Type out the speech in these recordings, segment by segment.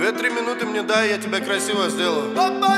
2-3 минуты мне дай, я тебя красиво сделаю.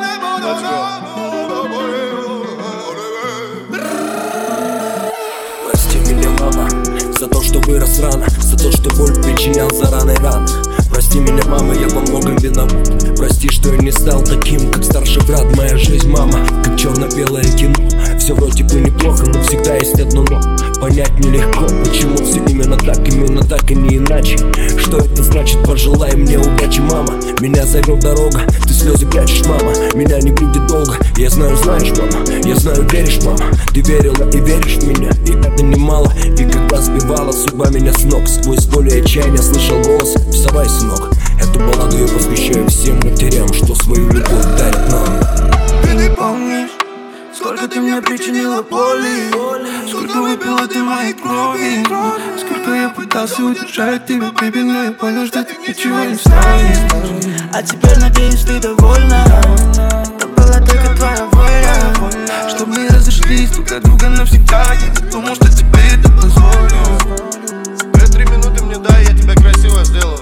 Прости меня, мама, за то, что вырос рано, за то, что боль причинял за раной ран. Прости меня, мама, я во многом виноват. Прости, что я не стал таким, как старший брат. Моя жизнь, мама, как черно-белое кино. Все вроде бы неплохо, но всегда есть одно но. Понять нелегко, почему все именно так и не иначе. Что это значит? Пожелай мне удачи, мама. Меня зовет дорога, ты слезы прячешь, мама. Меня не будет долго, я знаю, знаешь, мама. Я знаю, веришь, мама. Ты верила и веришь в меня, и это немало. И когда сбивала судьба меня с ног, сквозь боль и отчаяние слышал голос: вставай, сынок. Эту балладу я посвящаю всем матерям, что свою любовь дарят нам. Ты не помнишь, сколько ты мне причинила боли, сколько выпила ты моей крови, сколько я пытался удержать тебя, baby, но я понял, что ты ничего не стоишь. А теперь, надеюсь, ты довольна. Это была только твоя воля, чтоб мы разошлись друг от друга навсегда. Я не думал, что тебе это позволю. 2-3 минуты мне дай, я тебя красиво сделаю.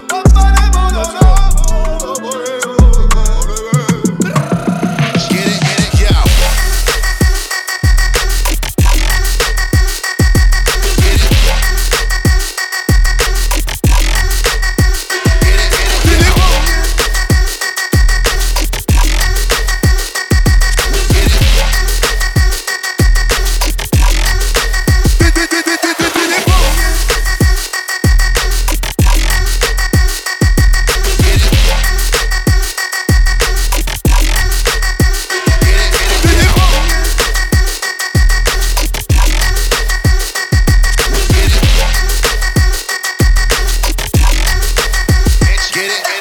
Get it.